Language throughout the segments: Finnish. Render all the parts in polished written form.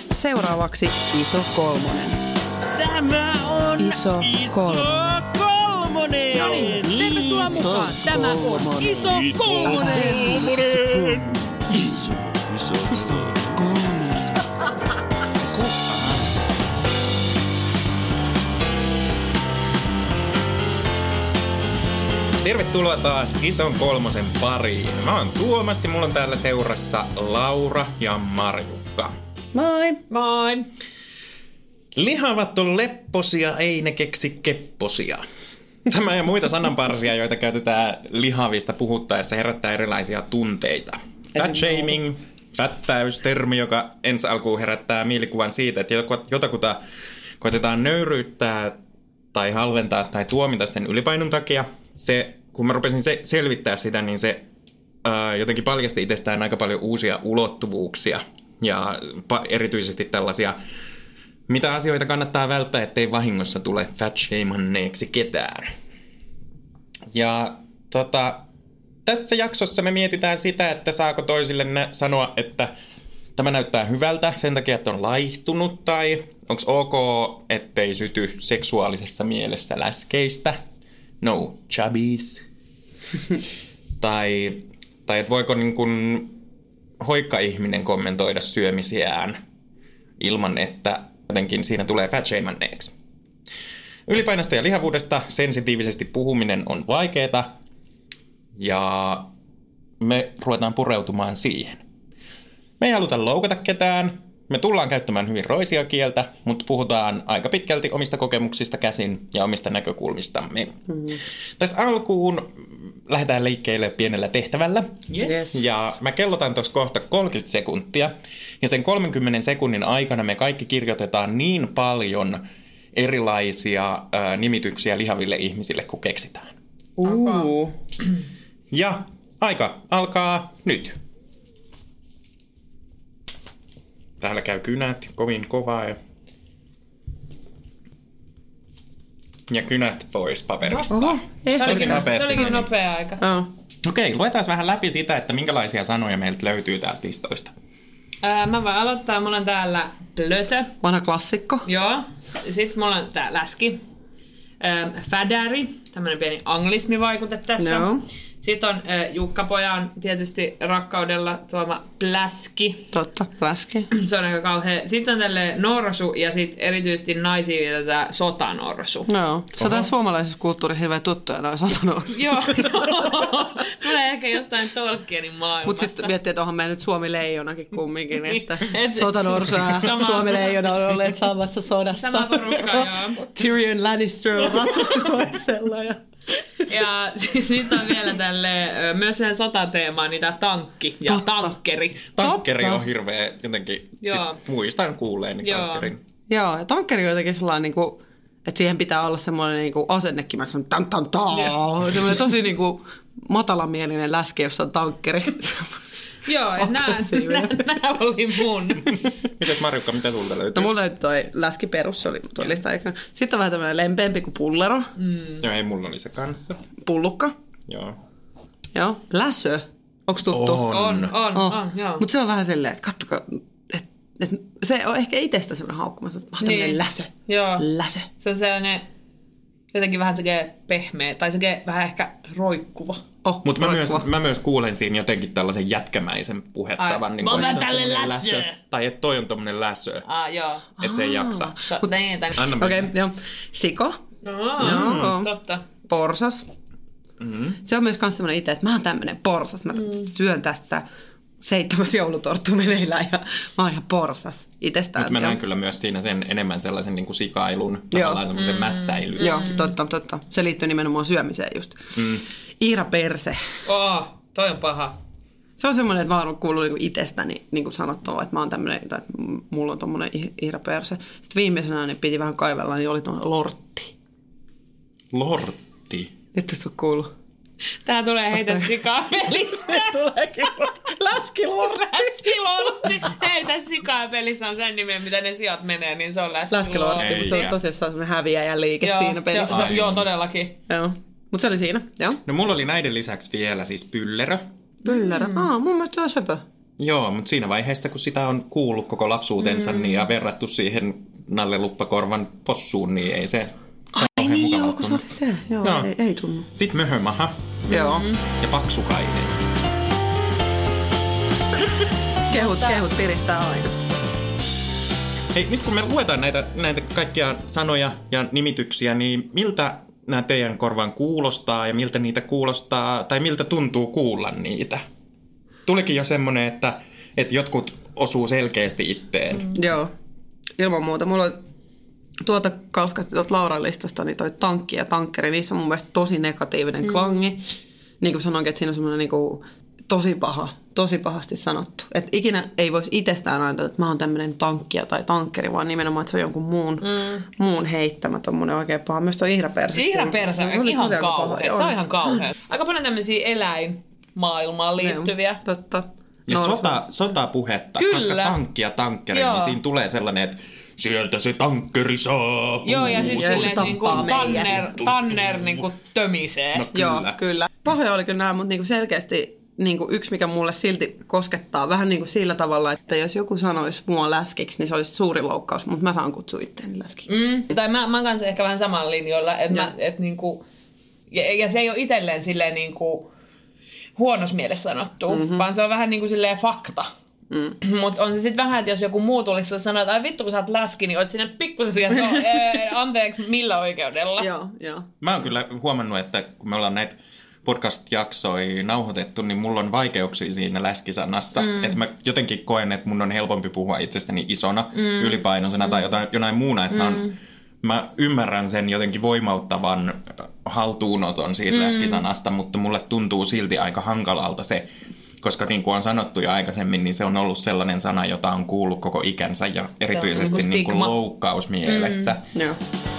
Seuraavaksi Iso Kolmonen. Tämä on Iso Kolmonen. No niin, tervetuloa mukaan. Tämä on Iso Kolmonen. Iso Kolmonen. Tervetuloa taas Ison Kolmosen pariin. Mä oon Tuomas ja mulla on täällä seurassa Laura ja Marjukka. Moi! Moi. Lihavat on lepposia, ei ne keksi kepposia. Tämä ja muita sananparsia, joita käytetään lihavista puhuttaessa, herättää erilaisia tunteita. Fat shaming, fättäys, termi, joka ensi alkuun herättää mielikuvan siitä, että jotakuta koitetaan nöyryyttää tai halventaa tai tuomita sen ylipainon takia. Kun mä rupesin selvittää sitä, niin se jotenkin paljasti itsestään aika paljon uusia ulottuvuuksia ja erityisesti tällaisia, mitä asioita kannattaa välttää, ettei vahingossa tule fat-shamanneeksi ketään. Ja tässä jaksossa me mietitään sitä, että saako toisille sanoa, että tämä näyttää hyvältä sen takia, että on laihtunut, tai onko ok, ettei syty seksuaalisessa mielessä läskeistä. No chubbies. tai että voiko niin kuin hoikka-ihminen kommentoida syömisiään ilman, että jotenkin siinä tulee fat-shamanneeksi. Ylipainosta ja lihavuudesta sensitiivisesti puhuminen on vaikeaa ja me ruvetaan pureutumaan siihen. Me ei haluta loukata ketään. Me tullaan käyttämään hyvin roisia kieltä, mutta puhutaan aika pitkälti omista kokemuksista käsin ja omista näkökulmistamme. Tässä alkuun lähdetään liikkeelle pienellä tehtävällä. Yes. Ja mä kellotan tuossa kohta 30 sekuntia. Ja sen 30 sekunnin aikana me kaikki kirjoitetaan niin paljon erilaisia nimityksiä lihaville ihmisille, kun keksitään. Ja aika alkaa nyt. Täällä käy kynät kovin kovaa ja kynät pois paperista. Se olikin nopea aika. Okei, luetaan vähän läpi sitä, että minkälaisia sanoja meiltä löytyy täältä listoista. Mä voin aloittaa. Mulla on täällä plösö. Vanha klassikko. Joo. Sitten mulla on tää läski. Fädäri. Tämmönen pieni anglismivaikute tässä. No. Sitten on Jukka-pojan tietysti rakkaudella tuoma pläski. Totta, läski. Se on aika kauhea. Sitten on tälle norsu ja sitten erityisesti naisia vietetään sotanorsu. No, se on suomalaisessa kulttuurissa hirveän tuttuja noin sotanorsu. Joo. Tulee ehkä jostain Tolkienin maailmasta. Mutta sitten miettii, että onhan meillä nyt Suomi-leijonakin kumminkin, että Et- sotanorsu ja Suomi-leijona on olleet samassa sodassa. Sama porukka, joo. Tyrion Lannister on ratsasti toisella. Ja sitten on vielä myös sen sotateemaan niitä tankki ja Totta. tankkeri. Tankkeri on hirveä jotenkin, Joo. siis muistan kuulleeni Joo. tankkerin. Joo, ja tankkeri on jotenkin sellainen, niin kuin, että siihen pitää olla semmoinen niin asennekin. Mä sanon semmoinen tosi niin kuin, matalamielinen läski, jossa on tankkeri. Joo, että nää oli mun. Mites Marjukka, mitä sulta löytyy? No mulla löytyi toi läski perus, se oli tuo lista aikana. Sitten on vähän tämmöinen lempeämpi kuin pullero. Joo, ei mulla oli se kanssa. Pullukka. Joo. Joo. Läsö. Onks tuttu? On, joo. Mutta se on vähän silleen, että kattokaa, että se on ehkä itsestä semmoinen haukkumassa, että tämmöinen Niin. läsö. Joo. Läsö. Se on sellainen jotenkin vähän sellainen pehmeä tai sellainen vähän ehkä roikkuva. Mutta mä myös kuulen siinä jotenkin tällaisen jätkämäisen puhettavan. Ai, mä otan tälle läsö. Tai että toi on tommonen läsö. Joo. Että se ei jaksa. Anna Okei, mennä. joo. Siko. Joo. Totta. Porsas. Se on myös kans semmoinen itse, että mä oon tämmönen porsas. Mä syön tässä 7. joulutorttu meneillään ja mä oon ihan porsas itsestään. Mutta mä näen kyllä myös siinä sen enemmän sellaisen niin kuin sikailun, tavallaan semmoisen mässäilyn. Joo, totta. Se liittyy nimenomaan syömiseen just. Iira perse. Toi on paha. Se on semmoinen, että mä oon kuullut niinku itsestäni niinku sanottavaa, että mä oon tämmöinen, että mulla on tommonen Iira perse. Sitten viimeisenä niin piti vähän kaivella, niin oli tommonen lortti. Lortti. Nyt tässä on kuullut. Tää tulee heitä sikaa pelistä. Tuleekin läskilortti. Läskilortti. Heitä sikaa pelissä on sen nimen, mitä ne sijat menee, niin se on Läskilortti, mutta se on tosiaan semmoinen häviäjän liike siinä pelissä. Joo, todellakin. Joo. Mutta se oli siinä, joo. No mulla oli näiden lisäksi vielä siis pyllerö. Pyllerö. Mun mielestä se on söpö. Joo, mutta siinä vaiheessa, kun sitä on kuullut koko lapsuutensa niin ja verrattu siihen Nalle Luppakorvan possuun, niin ei se kauhean niin mukavaa joo, kun se tunnu. oli se. Joo, ei tunnu. Sitten Möhömaha Joo. ja Paksukainen. Kehut piristää aina. Hei, nyt kun me luetaan näitä kaikkia sanoja ja nimityksiä, niin miltä nämä teidän korvaan kuulostaa ja miltä niitä kuulostaa, tai miltä tuntuu kuulla niitä? Tulikin jo semmoinen, että jotkut osuu selkeästi itteen. Joo, ilman muuta. Mulla on tuolta kalskatti tuolta Lauran listasta, niin toi tankki ja tankkeri, niissä on mun mielestä tosi negatiivinen klangi. Niin kuin sanoinkin, että siinä on semmoinen niin kuin tosi pahasti sanottu. Että ikinä ei voisi itsestään ajatella, että mä oon tämmöinen tankkija tai tankkeri, vaan nimenomaan, että se on jonkun muun heittämä tommonen oikein paha. Myös toi ihraperse. Ihraperse on ihan kauhea. Se on ihan kauhea. Aika paljon tämmöisiä eläinmaailmaan liittyviä. Totta. Ja sotapuhetta, Kyllä. koska tankki ja tankkeri, niin siinä tulee sellainen, että sieltä se tankkeri saapuu. Joo, ja sitten silleen, että niinku tappaa Tanner niinku tömisee. No kyllä. Joo, kyllä. Pahoja oli kyllä nämä, mutta niinku selkeästi niinku yksi, mikä mulle silti koskettaa vähän niinku sillä tavalla, että jos joku sanoisi mua läskiksi, niin se olisi suuri loukkaus, mutta mä saan kutsua itseäni läskiksi. Tai mä oon kanssa ehkä vähän samalla linjoilla, että niinku, ja se ei ole itselleen silleen niinku huonossa mielessä sanottu, vaan se on vähän niinku silleen fakta. Mutta on se sitten vähän, että jos joku muu tulisi sulle sanoa, että ai vittu kun sä oot läski, niin olisi sinne pikkusen siihen, että anteeksi, millä oikeudella? Joo. Mä oon kyllä huomannut, että kun me ollaan näitä podcast-jaksoja nauhoitettu, niin mulla on vaikeuksia siinä läskisanassa. Että mä jotenkin koen, että mun on helpompi puhua itsestäni isona, ylipainoisena tai jonain muuna. Että mä ymmärrän sen jotenkin voimauttavan haltuunoton siitä läskisanasta, mutta mulle tuntuu silti aika hankalalta se, koska niin kuin on sanottu jo aikaisemmin, niin se on ollut sellainen sana, jota on kuullut koko ikänsä ja erityisesti niin kuin loukkausmielessä. Joo.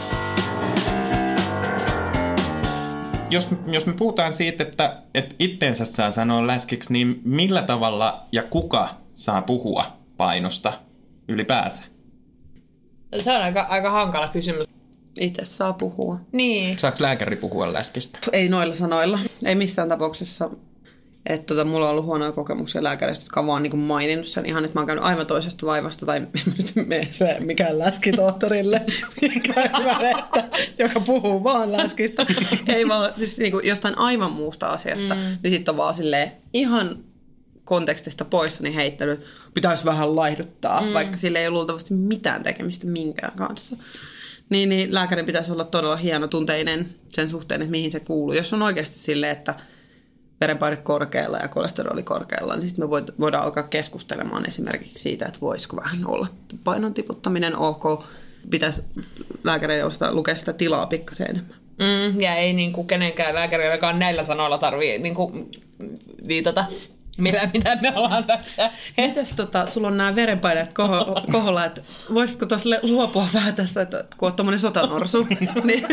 Jos me puhutaan siitä, että itteensä saa sanoa läskiksi, niin millä tavalla ja kuka saa puhua painosta ylipäänsä? Se on aika hankala kysymys. Itse saa puhua. Niin. Saako lääkäri puhua läskistä? Ei noilla sanoilla. Ei missään tapauksessa. Että mulla on ollut huonoja kokemuksia lääkäreistä, jotka on vaan niin kuin maininnut sen ihan, että mä oon käynyt aivan toisesta vaivasta tai mene se mikään läskitohtorille, joka puhuu vaan läskistä. Ei vaan siis niin kuin jostain aivan muusta asiasta. Niin sitten on vaan silleen ihan kontekstista poissa niin heittänyt, että pitäisi vähän laihduttaa, vaikka sille ei ole luultavasti mitään tekemistä minkään kanssa. Niin lääkärin pitäisi olla todella hienotunteinen sen suhteen, että mihin se kuuluu. Jos on oikeasti silleen, että verenpaine korkealla ja kolesteroli korkealla, niin sitten me voidaan alkaa keskustelemaan esimerkiksi siitä, että voisiko vähän olla painon tiputtaminen ok. Pitäisi lääkäreiden osata lukea sitä tilaa pikkasen enemmän. Ja ei niinku kenenkään lääkärilläkaan näillä sanoilla tarvii niinku viitata, mitä me ollaan tässä. Mitäs sulla on nämä verenpaineet koholla, että voisitko tuossa luopua vähän tässä, että kun oot tommonen sotanorsu, niin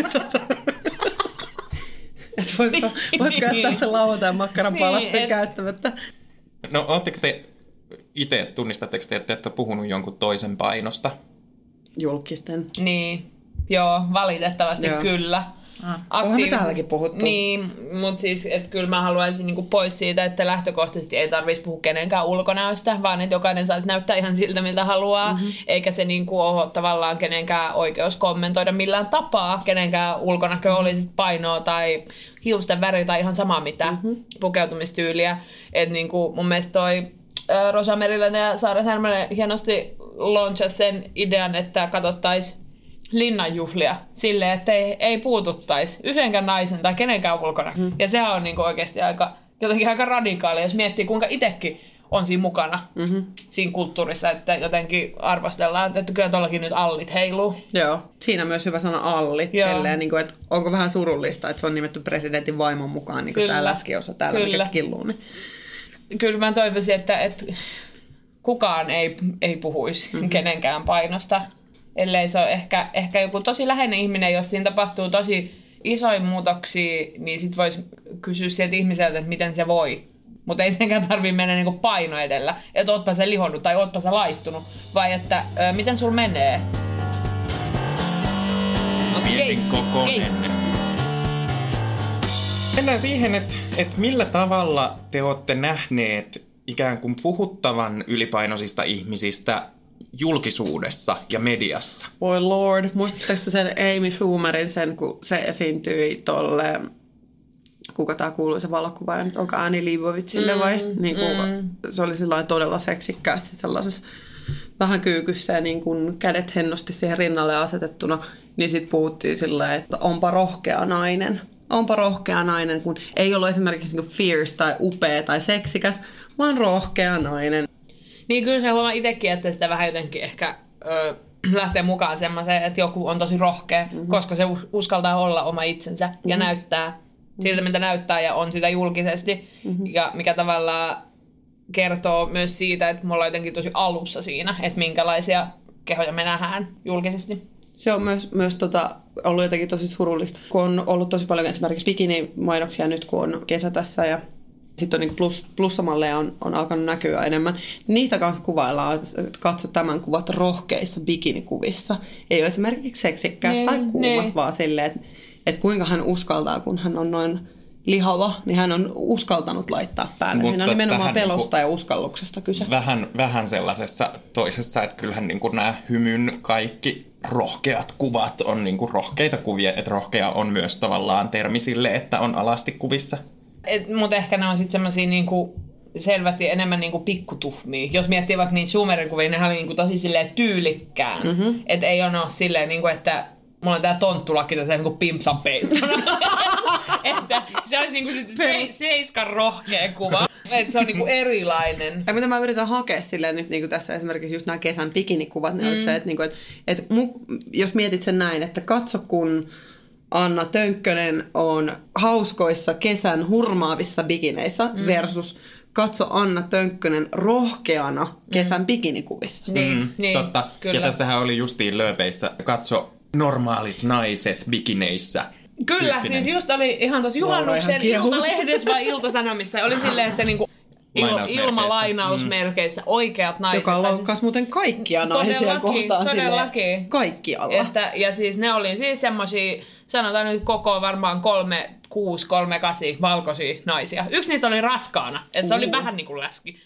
että voisiko jättää sen lauantain makkaran palasten käyttämättä? No ootteko te itse, tunnistatteko te, että ette ole puhunut jonkun toisen painosta? Julkisten. Niin, joo, valitettavasti joo. Kyllä. Onhan me täälläkin puhuttu. Niin, mutta siis, että kyllä mä haluaisin niinku pois siitä, että lähtökohtaisesti ei tarvitsisi puhua kenenkään ulkonäöstä, vaan että jokainen saisi näyttää ihan siltä, miltä haluaa, eikä se niinku ole tavallaan kenenkään oikeus kommentoida millään tapaa, kenenkään ulkonäkö olisi painoa tai hiusten väri tai ihan sama mitä pukeutumistyyliä. Että niinku mun mielestä toi Rosa Meriläinen ja Saara Särmänen hienosti launchasi sen idean, että katsottaisiin linnanjuhlia silleen, että ei puututtaisi yhdenkään naisen tai kenenkään ulkona. Ja sehän on niinku oikeasti jotenkin aika radikaali, jos miettii, kuinka itsekin on siinä mukana siinä kulttuurissa, että jotenkin arvostellaan, että kyllä tuollakin nyt allit heiluu. Joo, siinä myös hyvä sana allit, selleen, niin kuin, että onko vähän surullista, että se on nimetty presidentin vaimon mukaan, niin kuin tämä läskiosa täällä, mikä killuu. Niin. Kyllä mä toivoisin, että kukaan ei puhuisi kenenkään painosta. Ellei se ole ehkä joku tosi läheinen ihminen, jos siinä tapahtuu tosi isoja muutoksia, niin sit voisi kysyä sieltä ihmiseltä, että miten se voi. Mutta ei senkään tarvitse mennä niinku paino edellä, että ootpa se lihonnut tai ootpa se laittunut, vai että miten sul menee. Pieni kokoinen. Mennään siihen, että millä tavalla te olette nähneet ikään kuin puhuttavan ylipainoisista ihmisistä julkisuudessa ja mediassa. Voi lord, muistatteko sen Amy Schumerin sen, kun se esiintyi tolle, kuka tämä kuuluisa valokuvaaja nyt, onko Annie Leibovitsille vai? Niin se oli sellainen todella seksikkäästi sellaisessa vähän kyykyssä ja niin kuin kädet hennosti siihen rinnalle asetettuna, niin sitten puhuttiin silleen, että onpa rohkea nainen. Onpa rohkea nainen, kun ei ollut esimerkiksi niin kuin fierce tai upea tai seksikäs, vaan rohkea nainen. Niin kyllä se huomaa itsekin, että sitä vähän jotenkin ehkä lähtee mukaan semmoiseen, että joku on tosi rohkea, koska se uskaltaa olla oma itsensä ja näyttää siltä, mitä näyttää ja on sitä julkisesti. Ja mikä tavallaan kertoo myös siitä, että me ollaan jotenkin tosi alussa siinä, että minkälaisia kehoja me nähdään julkisesti. Se on myös ollut jotenkin tosi surullista, kun on ollut tosi paljon esimerkiksi bikinimainoksia nyt, kun on kesä tässä ja sitten on niin plussamalleja on alkanut näkyä enemmän. Niitä kanssa kuvaillaan, että katso tämän kuvat rohkeissa bikinikuvissa. Ei ole esimerkiksi seksikkäät tai kuumat, vaan silleen, että kuinka hän uskaltaa, kun hän on noin lihava, niin hän on uskaltanut laittaa päälle. Siinä on nimenomaan pelosta niin ja uskalluksesta kyse. Vähän sellaisessa toisessa, että kyllähän niin kuin nämä hymyn kaikki rohkeat kuvat on niin kuin rohkeita kuvia, että rohkea on myös tavallaan termi sille, että on alasti kuvissa. Mutta ehkä ne on sitten semmoisia niinku selvästi enemmän niinku pikkutuhmia. Jos miettii vaikka niitä Schumerin kuvia, ne oli niinku tosi silleen tyylikkään. Että ei ole silleen, niinku, että mulla on tää tonttulakki tässä niinku pimpsan peitona. Että se olisi niinku seiskan rohkea kuva. Että se on niinku erilainen. Ja mitä mä yritän hakea silleen nyt niinku tässä esimerkiksi just nämä kesän bikinikuvat, ne olisi se, että niinku, jos mietit sen näin, että katso kun Anna Tönkkönen on hauskoissa kesän hurmaavissa bikineissä versus katso Anna Tönkkönen rohkeana kesän bikinikuvissa. Niin, totta. Kyllä. Ja tässähän oli justiin Lööpeissä, katso normaalit naiset bikineissä. Kyllä, tyyppinen. siis just oli ihan tuossa juhannuksen Iltalehdessä vai Ilta-Sanomissa. Oli silleen, että niinku ilmalainausmerkeissä oikeat naiset. Joka loukkasi muuten kaikkia naisia kohtaan todellakin. Kaikkialla. Ja siis ne oli siis semmosia, sanotaan nyt koko varmaan 3-6, 3-8 valkoisia naisia. Yksi niistä oli raskaana, että se oli vähän niin kuin läski.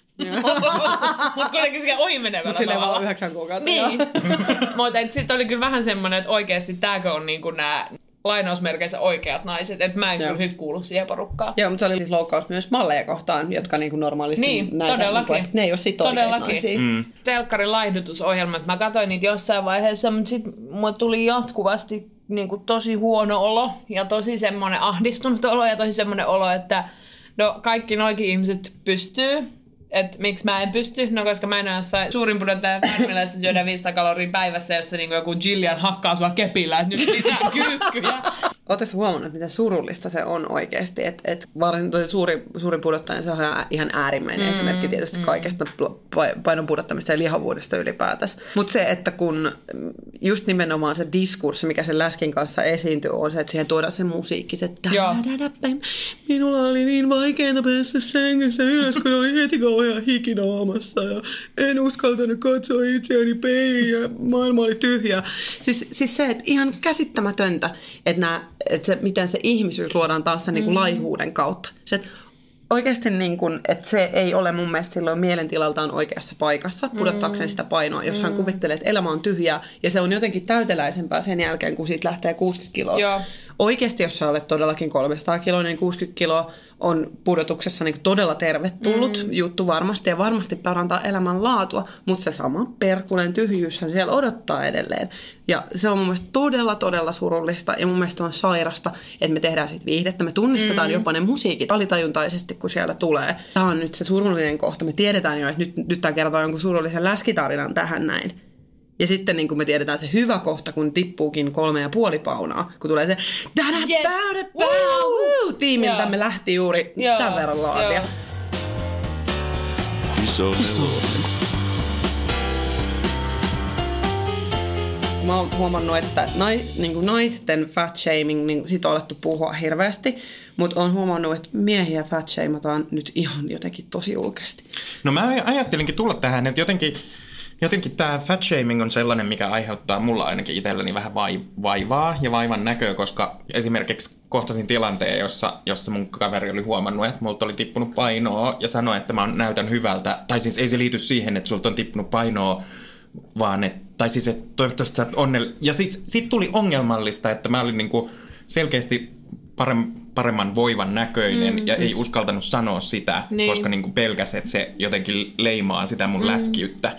Mutta kuitenkin sekä ohimenevällä Mutta silleen vaan 9 kuukautta. Niin. Mutta sitten oli kyllä vähän semmoinen, että oikeasti tääkö on niinku nämä lainausmerkeissä oikeat naiset, että mä en kyllä nyt kuulu siihen porukkaan. Joo, mutta se oli siis loukkaus myös malleja kohtaan, jotka niinku normaalisti näitä, todellakin. Niinku, ne ei ole sit oikeat naisia. Telkkarin laihdutusohjelmat, mä katsoin niitä jossain vaiheessa, mutta sitten mulle tuli jatkuvasti niinku tosi huono olo ja tosi semmoinen ahdistunut olo ja tosi semmoinen olo, että no kaikki noikin ihmiset pystyy. Että miksi mä en pysty? No koska mä en ole jossain suurin pudottaja Färmilässä syödään 500 kaloria päivässä, jossa niinku joku Jillian hakkaa sua kepillä, että nyt lisää kyykkyjä. Oletko huomannut, miten surullista se on oikeasti? Et varsin suurin pudottaja, se on ihan äärimmäinen esimerkki tietysti kaikesta painon pudottamista ja lihavuudesta ylipäätänsä. Mutta se, että kun just nimenomaan se diskurssi, mikä sen läskin kanssa esiintyy, on se, että siihen tuodaan se musiikki, se minulla oli niin vaikeaa päästä sängystä ylös, kun oli heti kauhean hikinaamassa ja en uskaltanut katsoa itseäni peiliin ja maailma oli tyhjä. Siis se, että ihan käsittämätöntä, että se, miten se ihmisyys luodaan taas sen niin kuin laihuuden kautta. Se, että oikeasti niin kuin, että se ei ole mun mielestä silloin mielentilaltaan oikeassa paikassa pudottaakseen sitä painoa, jos hän kuvittelee, että elämä on tyhjää ja se on jotenkin täyteläisempää sen jälkeen, kun siitä lähtee 60 kiloa. Joo. Oikeasti, jos sä olet todellakin 300 kiloa, niin 60 kiloa on pudotuksessa niin todella tervetullut juttu varmasti ja varmasti parantaa elämänlaatua, mutta se sama perkulen tyhjyyshän siellä odottaa edelleen. Ja se on mun mielestä todella, todella surullista ja mun mielestä on sairasta, että me tehdään siitä viihdettä. Me tunnistetaan jopa ne musiikit alitajuntaisesti, kun siellä tulee. Tämä on nyt se surullinen kohta. Me tiedetään jo, että nyt tämä kertoo jonkun surullisen läskitarinan tähän näin. Ja sitten niin kuin me tiedetään se hyvä kohta, kun tippuukin 3,5 paunaa, kun tulee se tiimiltä me lähti juuri tämän verran laadia. Iso Mä oon huomannut, että niin naisten fat shaming, niin siitä on alettu puhua hirveästi, mutta oon huomannut, että miehiä fat shamataan nyt ihan jotenkin tosi julkeasti. No mä ajattelinkin tulla tähän, että jotenkin Jotenkin tämä fat shaming on sellainen, mikä aiheuttaa mulla ainakin itselläni vähän vaivaa ja vaivan näköä, koska esimerkiksi kohtasin tilanteen, jossa mun kaveri oli huomannut, että multa oli tippunut painoa ja sanoi, että mä näytän hyvältä. Tai siis ei se liity siihen, että sulta on tippunut painoa, vaan että toivottavasti sä oot onnellinen. Ja siis sit tuli ongelmallista, että mä olin niinku selkeästi paremman voivan näköinen ja ei uskaltanut sanoa sitä, koska niinku pelkäs, että se jotenkin leimaa sitä mun läskiyttä.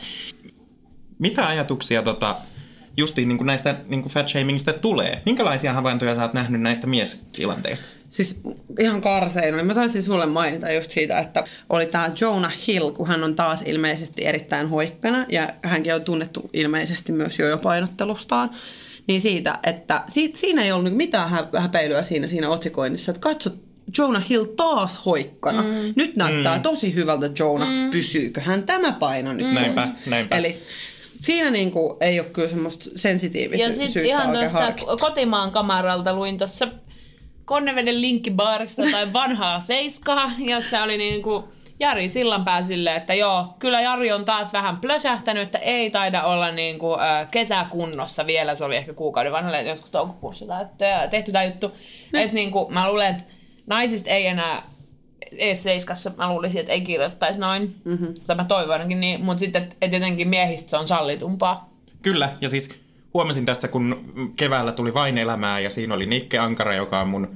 Mitä ajatuksia justiin niinku näistä niinku fat shamingista tulee? Minkälaisia havaintoja sä oot nähnyt näistä miestilanteista? Siis ihan karseina, niin mä taisin sulle mainita just siitä, että oli tää Jonah Hill, kun hän on taas ilmeisesti erittäin hoikkana ja hänkin on tunnettu ilmeisesti myös painottelustaan. Niin siitä, että siinä ei ollut mitään häpeilyä siinä otsikoinnissa, että katso, Jonah Hill taas hoikkana. Nyt näyttää tosi hyvältä Jonah, pysyykö hän tämä paino nyt Näinpä. Eli siinä niinku ei ole kyllä semmoista sensitiivisyyttä ja sitten ihan tuosta kotimaan kamaralta luin tässä Konneveden linkkibaarista tai vanhaa seiskaa, jossa oli niinku Jari Sillanpää silleen, että joo, kyllä Jari on taas vähän plösähtänyt, että ei taida olla niinku, kesäkunnossa vielä. Se oli ehkä kuukauden vanhalle, joskus toukokuussa tehty tämä juttu. Että niinku, mä luulen, että naisista ei enää ees seiskassa, mä luulisin, että ei kirjoittaisi noin. Tai mä toivon ainakin niin, mutta sitten, että jotenkin miehistä se on sallitumpaa. Kyllä, ja siis huomasin tässä, kun keväällä tuli Vain elämää ja siinä oli Nikke Ankara, joka on mun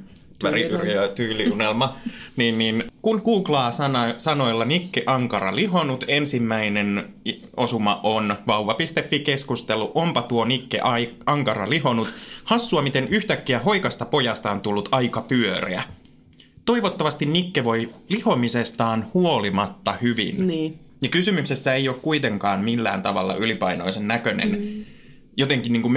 tyyliunelma, niin kun googlaa sanoilla Nikke Ankara lihonut, ensimmäinen osuma on vauva.fi-keskustelu, onpa tuo Nikke Ankara lihonut, hassua miten yhtäkkiä hoikasta pojasta on tullut aika pyöreä. Toivottavasti Nikke voi lihomisestaan huolimatta hyvin. Niin. Ja kysymyksessä ei ole kuitenkaan millään tavalla ylipainoisen näköinen, jotenkin niin kuin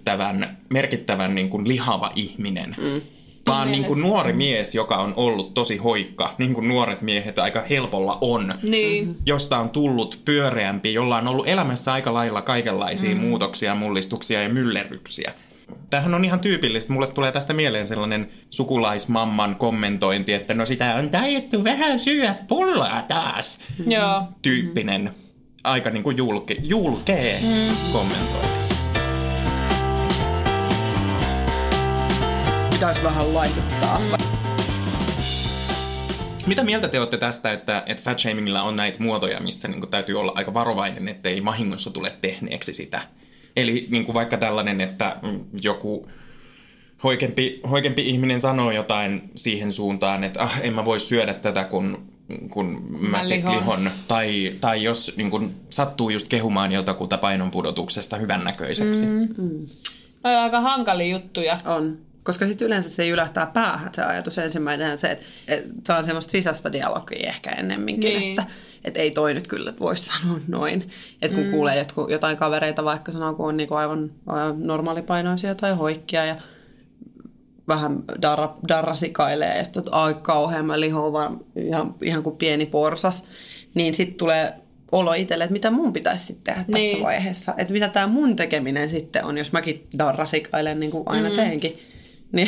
merkittävän niin kuin lihava ihminen. Vaan niin kuin nuori mies, joka on ollut tosi hoikka, niin kuin nuoret miehet aika helpolla on, josta on tullut pyöreämpi, jolla on ollut elämässä aika lailla kaikenlaisia muutoksia, mullistuksia ja myllerryksiä. Tämähän on ihan tyypillistä. Mulle tulee tästä mieleen sellainen sukulaismamman kommentointi, että no sitä on taidettu vähän syödä pullaa taas. Tyyppinen, aika niin kuin julkee kommentointi. Pitäisi vähän laihduttaa. Mitä mieltä te olette tästä, että fat shamingilla on näitä muotoja, missä niin kuin täytyy olla aika varovainen, ettei vahingossa tule tehneeksi sitä? Eli niin kuin vaikka tällainen, että joku hoikempi ihminen sanoo jotain siihen suuntaan, että en mä voi syödä tätä, kun mä lihon. Tai jos niin kuin sattuu just kehumaan jotakuta painonpudotuksesta hyvännäköiseksi. On aika hankalia juttuja. On. Koska sitten yleensä se ylähtää päähän se ajatus ensimmäinen se, että se on semmoista sisäistä dialogia ehkä ennemminkin, että ei toi nyt kyllä voisi sanoa noin. Että kun kuulee jotain kavereita vaikka sanoo, kun on niinku aivan normaalipainoisia tai hoikkia ja vähän darrasikailee ja sitten ai kauhean mä lihoon vaan ihan kuin pieni porsas, niin sitten tulee olo itselle, että mitä mun pitäisi sitten tehdä tässä vaiheessa. Että mitä tämä mun tekeminen sitten on, jos mäkin darrasikailen niin kuin aina teenkin. Niin,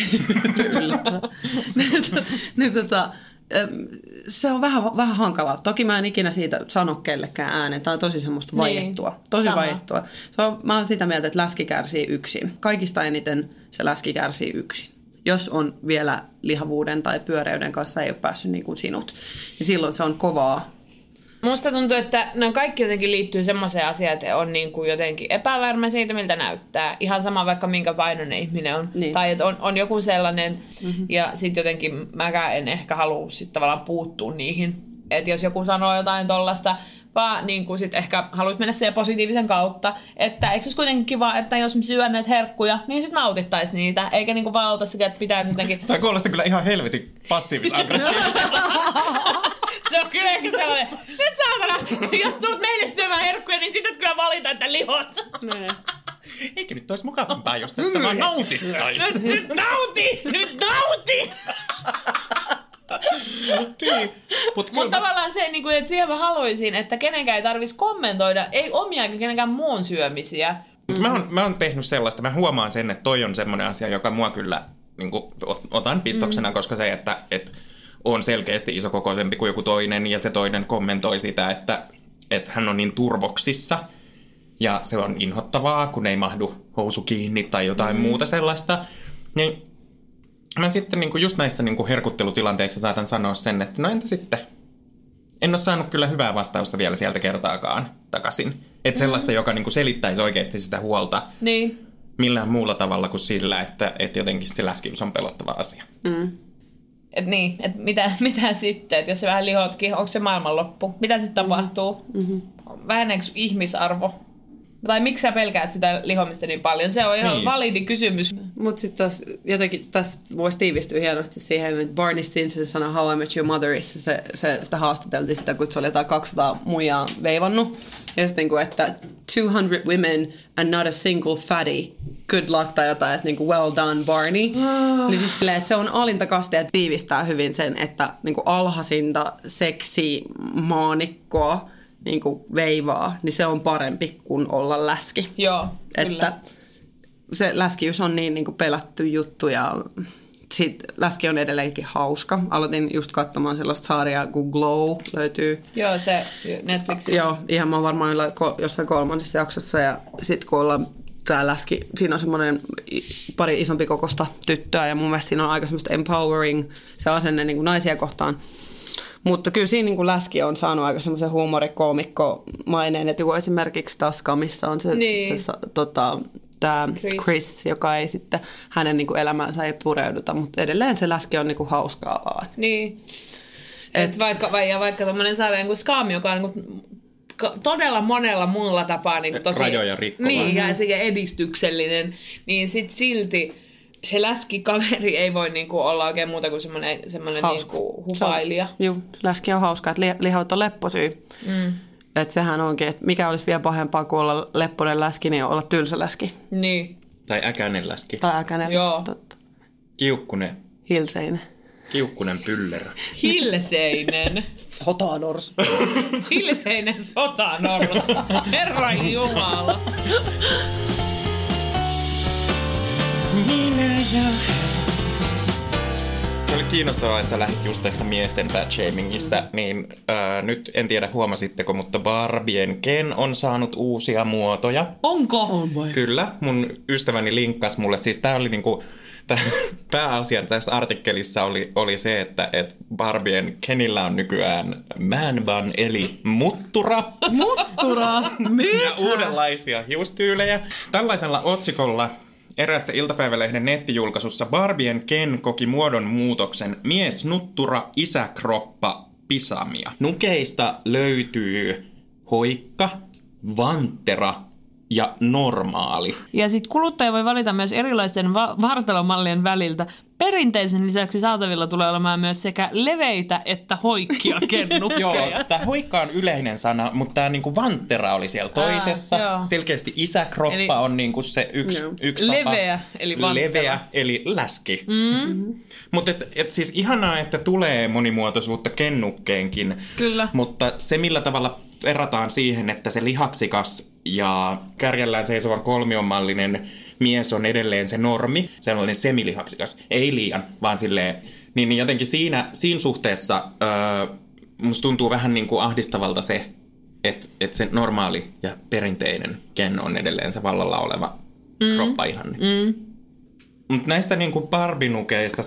se on vähän hankalaa. Toki mä en ikinä siitä sano kellekään ääneen. Tämä on tosi semmoista vaiettua. Tosi vaiettua. Mä oon sitä mieltä, että läski kärsii yksin. Kaikista eniten se läski kärsii yksin. Jos on vielä lihavuuden tai pyöreyden kanssa ei ole päässyt niin kuin sinut, niin silloin se on kovaa. Musta tuntuu, että ne kaikki jotenkin liittyy semmoiseen asiaan, että on niin kuin jotenkin epävarma siitä, miltä näyttää. Ihan sama vaikka minkä painoinen ihminen on. Niin. Tai että on joku sellainen, ja sitten jotenkin mäkään en ehkä halua sit tavallaan puuttua niihin. Että jos joku sanoo jotain tollasta, vaan niin kuin sit ehkä haluat mennä siihen positiivisen kautta. Että eikö olisi kuitenkin kiva, että jos syön näitä herkkuja, niin sitten nautittaisi niitä. Eikä niin kuin vaan olta sekä, että pitää jotenkin... Tämä kuulostaa kyllä ihan helvetin passiivis-aggressiiviselta. Se on kyllä ehkä sellainen, nyt saatana, jos tulet meille syömään herkkuja, niin sit et kyllä valita, että lihot. Eikö nyt olisi mukavampaa, jos tässä vaan nautittaisi? Nyt nauti! Nyt nauti! Mutta tavallaan se, että siihen mä haluaisin, että kenenkään ei tarvitsisi kommentoida, ei omia eikä kenenkään muun syömisiä. Mä oon tehnyt sellaista, mä huomaan sen, että toi on semmoinen asia, joka mua kyllä niin kuin, otan pistoksena, koska se, että on selkeästi isokokoisempi kuin joku toinen ja se toinen kommentoi sitä, että hän on niin turvoksissa, ja se on inhottavaa, kun ei mahdu housu kiinni tai jotain muuta sellaista, niin mä sitten niin kuin just näissä niin kuin herkuttelutilanteissa saatan sanoa sen, että no entä sitten? En ole saanut kyllä hyvää vastausta vielä sieltä kertaakaan takaisin. Että sellaista, joka niin kuin selittäisi oikeasti sitä huolta Niin. millään muulla tavalla kuin sillä, että jotenkin se läskiys on pelottava asia. Et niin, että mitä sitten, että jos se vähän lihotkin, onko se maailmanloppu? Mitä sitten tapahtuu? Väheneekö ihmisarvo? Tai miksi sä pelkäät sitä lihomista niin paljon? Se on ihan validi kysymys. Mutta sitten taas jotenkin tästä voisi tiivistyä hienosti siihen, että Barney Stinson sanoi How I Met Your Motherissa, sitä haastateltiin sitä, kun se oli jotain 200 muijaa veivannut. Ja sitten niin että 200 women and not a single fatty, good luck tai jotain, että niin well done Barney. Niin siis silleen, että se on alinta kastia ja tiivistää hyvin sen, että niin alhaisinta seksimaanikkoa niin veivaa, niin se on parempi kuin olla läski. Joo, kyllä. Että se läskiys on niin pelätty juttu ja sit läski on edelleenkin hauska. Aloitin just katsomaan sellaista sarjaa kuin Glow löytyy. Joo, se Netflixin. Joo, ihan mä oon varmaan jossain 3. jaksossa ja sit kun ollaan tää läski, siinä on semmoinen pari isompi kokosta tyttöä ja mun mielestä siinä on aika semmoista empowering se asenne niin kuin naisia kohtaan. Mutta kyllä siinä niin kuin läski on saanut aika semmoisen huumorikoomikko-maineen, että esimerkiksi Taskamissa on se, niin. tämä Chris, joka ei sitten, hänen niin kuin elämäänsä ei pureuduta, mutta edelleen se läski on niin kuin hauskaa vaan. Niin. Vaikka tommoinen sarja kuin Skam, joka on niin kuin todella monella muulla tapaa niin kuin tosi rajoja rikkova. Niin, ja edistyksellinen, niin sit silti se läskikaveri ei voi niinku olla oikein muuta kuin semmoinen niinku hupailija. Joo, läski on hauska, että lihavat on lepposyy. Että sehän onkin, että mikä olisi vielä pahempaa kuin olla lepponen läski, niin olla tylsä läski. Niin. Tai äkäinen läski. Tai äkäinen läski, totta. Kiukkunen. Hilseinen. Kiukkunen pyllerä. Hilseinen. Sotanorsu. Hilseinen sotanorsu. Herra Jumala. Se oli kiinnostavaa, että sä lähdit just tästä miesten fat-shamingista, niin nyt en tiedä huomasitteko, mutta Barbien Ken on saanut uusia muotoja. Onko? On vai? Kyllä, mun ystäväni linkkasi mulle, siis tää oli niinku, pääasia tässä artikkelissa oli se, että Barbien Kenillä on nykyään man bun eli muttura. Muttura? Mitä? Ja uudenlaisia hiustyylejä. Tällaisella otsikolla eräässä iltapäivälehden nettijulkaisussa Barbien Ken koki muodon muutoksen miesnuttura, isäkroppa, pisamia. Nukeista löytyy hoikka, vanttera ja normaali. Ja sitten kuluttaja voi valita myös erilaisten vartalomallien väliltä. Perinteisen lisäksi saatavilla tulee olemaan myös sekä leveitä että hoikkia kennukkeja. Joo, tämä hoikka on yleinen sana, mutta tämä niinku vanttera oli siellä toisessa. Selkeästi isäkroppa eli on niinku se yksi tapa. Leveä eli vanttera. Leveä eli läski. Mutta siis ihanaa, että tulee monimuotoisuutta kennukkeenkin. Kyllä. Mutta se millä tavalla verrataan siihen, että se lihaksikas ja kärjellään seisova kolmionmallinen mies on edelleen se normi, sellainen semilihaksikas, ei liian, vaan silleen, niin jotenkin siinä suhteessa musta tuntuu vähän niin kuin ahdistavalta se, että se normaali ja perinteinen Ken on edelleen se vallalla oleva kroppaihanne. Mutta näistä niin kuin Barbie-nukeista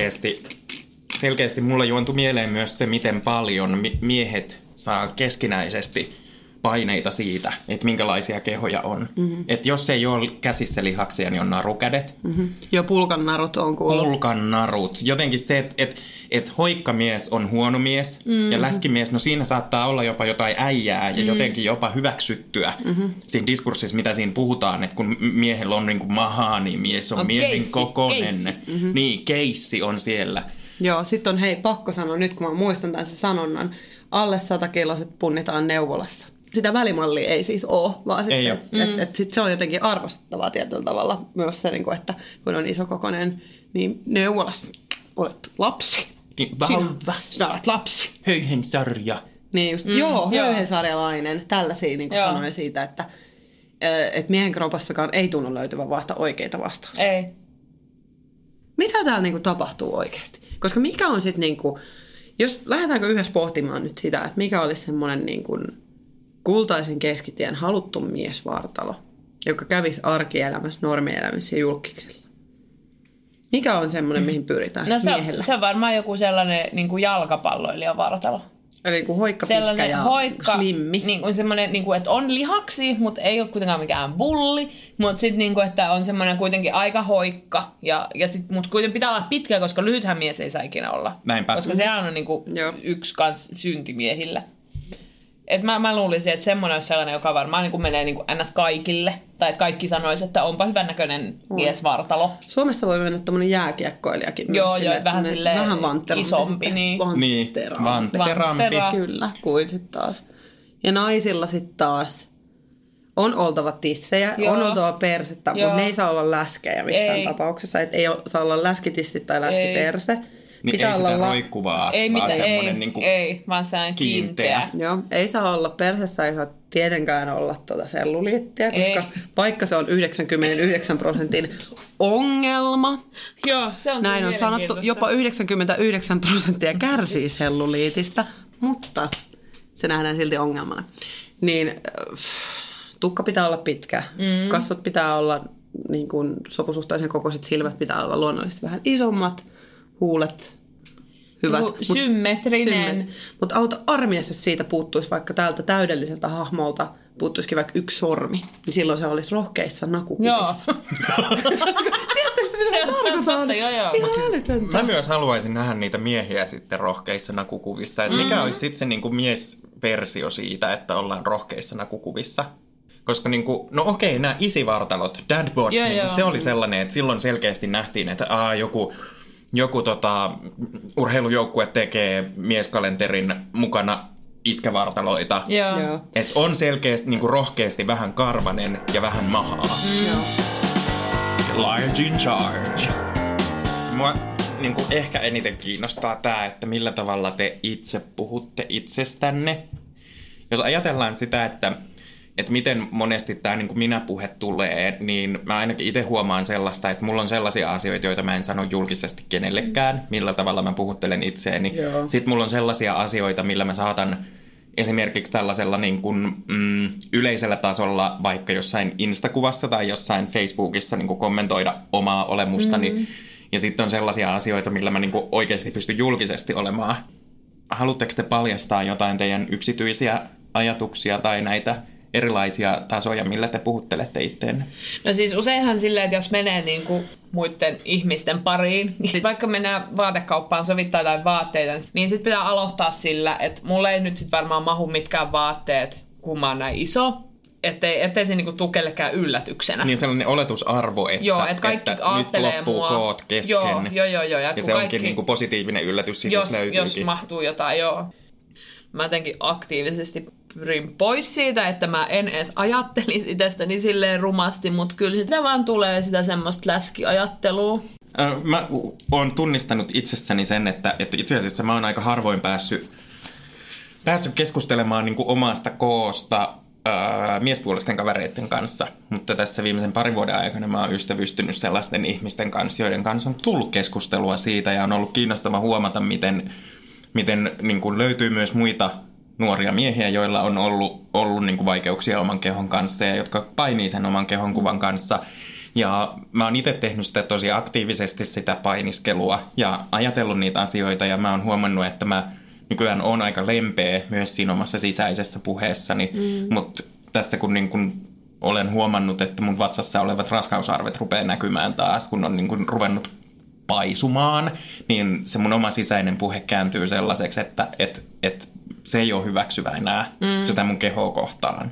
selkeästi mulla juontui mieleen myös se, miten paljon miehet saa keskinäisesti paineita siitä, että minkälaisia kehoja on. Että jos ei ole käsissä lihaksia, niin on narukädet. Joo, pulkannarut on kuullut. Pulkannarut. Jotenkin se, että hoikkamies on huono mies ja läskimies, no siinä saattaa olla jopa jotain äijää ja jotenkin jopa hyväksyttyä siinä diskurssissa, mitä siinä puhutaan, että kun miehellä on niin kuin mahaa, niin mies on miehen kokoinen. Niin, keissi on siellä. Joo, sitten on pakko sanoa nyt, kun mä muistan tämän se sanonnan, alle 100-kiloiset punnitaan neuvolassa. Sitä välimallia ei siis ole, vaan sitten, sit se on jotenkin arvostettavaa tietyllä tavalla myös se, että kun on isokokoinen, niin neuvolassa olet lapsi. Sinä olet lapsi. Höyhensarja. Niin just, höyhensarjalainen. Tällaisia niin sanoin siitä, että miehen kropassakaan ei tunnu löytyvän vasta oikeita vastauksia. Ei. Mitä täällä niin kuin tapahtuu oikeasti? Koska mikä on sitten, niin kuin, jos lähdetäänkö yhdessä pohtimaan nyt sitä, että mikä olisi semmoinen niin kuin kultaisen keskitien haluttu miesvartalo, joka kävisi arkielämässä, normielämässä ja julkiksella. Mikä on semmoinen, mihin pyritään miehellä? Se on varmaan joku sellainen niin kuin jalkapalloilijan vartalo. Eli niin kuin hoikka pitkä ja slimmi. Niin kuin semmoinen, niin kuin, että on lihaksi, mutta ei ole kuitenkaan mikään bulli. Mutta sitten, niin kuin, että on semmoinen kuitenkin aika hoikka. Mutta kuitenkin pitää olla pitkä, koska lyhythän mies ei saa ikinä olla. Näinpä. Koska sehän on niin kuin yksi kans syntimiehillä. Et mä luulisin, että semmoinen olisi sellainen, joka varmaan niin kuin menee niin kuin ns. Kaikille. Tai että kaikki sanoisivat, että onpa hyvännäköinen miesvartalo. Suomessa voi mennä tämmöinen jääkiekkoilijakin. Joo, vähän silleen isompi. Vantterampi. Kyllä, kuin sitten taas. Ja naisilla sitten taas on oltava tissejä, on oltava persettä, mutta ne ei saa olla läskejä missään tapauksessa. Et ei saa olla läskitissi tai läskiperse. Niin ei sitä roikkuvaa, vaan semmoinen niinku vaan se on kiinteä. Joo, ei saa olla persessä, ei saa tietenkään olla selluliittiä, koska vaikka se on 99% ongelma. Joo, se on näin on sanottu, jopa 99% kärsii selluliitistä, mutta se nähdään silti ongelmana. Niin tukka pitää olla pitkä, kasvot pitää olla niin kuin sopusuhtaisen kokoiset, silmät pitää olla luonnollisesti vähän isommat. Huulet hyvät. Symmetrinen. Mutta auta armias, jos siitä puuttuisi vaikka täältä täydelliseltä hahmolta, puuttuisikin vaikka yksi sormi, niin silloin se olisi rohkeissa nakukuvissa. Joo. Tiedättekö, mitä se tarkoittaa? Joo. Mä myös haluaisin nähdä niitä miehiä sitten rohkeissa nakukuvissa. Että mikä olisi sitten se niinku miesversio siitä, että ollaan rohkeissa nakukuvissa? Koska niinku, no okei, nämä isivartalot, dadbod, niin se oli sellainen, että silloin selkeästi nähtiin, että joku urheilujoukkue tekee mieskalenterin mukana iskävartaloita. Että on selkeästi niinku rohkeasti vähän karvanen ja vähän mahaa. Large in charge. Mua niinku ehkä eniten kiinnostaa tää, että millä tavalla te itse puhutte itsestänne. Jos ajatellaan sitä, että miten monesti tämä niin minä-puhe tulee, niin mä ainakin itse huomaan sellaista, että mulla on sellaisia asioita, joita mä en sano julkisesti kenellekään, millä tavalla mä puhuttelen itseäni. Joo. Sitten mulla on sellaisia asioita, millä mä saatan esimerkiksi tällaisella niin kuin, yleisellä tasolla, vaikka jossain Instakuvassa tai jossain Facebookissa niin kuin kommentoida omaa olemustani. Ja sitten on sellaisia asioita, millä mä niin kuin oikeasti pystyn julkisesti olemaan. Haluatteko te paljastaa jotain teidän yksityisiä ajatuksia tai näitä erilaisia tasoja, millä te puhuttelette itteenne? No siis useinhan silleen, että jos menee niinku muiden ihmisten pariin, niin vaikka mennään vaatekauppaan sovittaa jotain vaatteita, niin sit pitää aloittaa sillä, että mulle ei nyt sit varmaan mahu mitkään vaatteet, kun mä oon näin iso. Ettei se niinku tule kellekään yllätyksenä. Niin sellainen oletusarvo, että, joo, että kaikki nyt loppuu mua. Koot kesken. Joo. Ja se onkin niinku positiivinen yllätys, jos löytyykin. Jos mahtuu jotain, joo. Mä jotenkin aktiivisesti pyrin pois siitä, että mä en edes ajattelisi itsestäni silleen rumasti, mutta kyllä sitä vaan tulee sitä semmoista läskiajattelua. Mä oon tunnistanut itsessäni sen, että itse asiassa mä oon aika harvoin päässyt keskustelemaan niin kuin omasta koosta miespuolisten kavereiden kanssa, mutta tässä viimeisen parin vuoden aikana mä oon ystävystynyt sellaisten ihmisten kanssa, joiden kanssa on tullut keskustelua siitä ja on ollut kiinnostava huomata, miten niin kuin löytyy myös muita nuoria miehiä, joilla on ollut niin kuin vaikeuksia oman kehon kanssa ja jotka painii sen oman kehon kuvan kanssa. Ja mä oon itse tehnyt sitä tosi aktiivisesti sitä painiskelua ja ajatellut niitä asioita ja mä oon huomannut, että mä nykyään oon aika lempeä myös siinä omassa sisäisessä puheessani, mutta tässä kun niin kun olen huomannut, että mun vatsassa olevat raskausarvet rupeaa näkymään taas, kun on niin kun ruvennut paisumaan, niin se mun oma sisäinen puhe kääntyy sellaiseksi, että se ei ole hyväksyvä enää sitä mun kehoa kohtaan.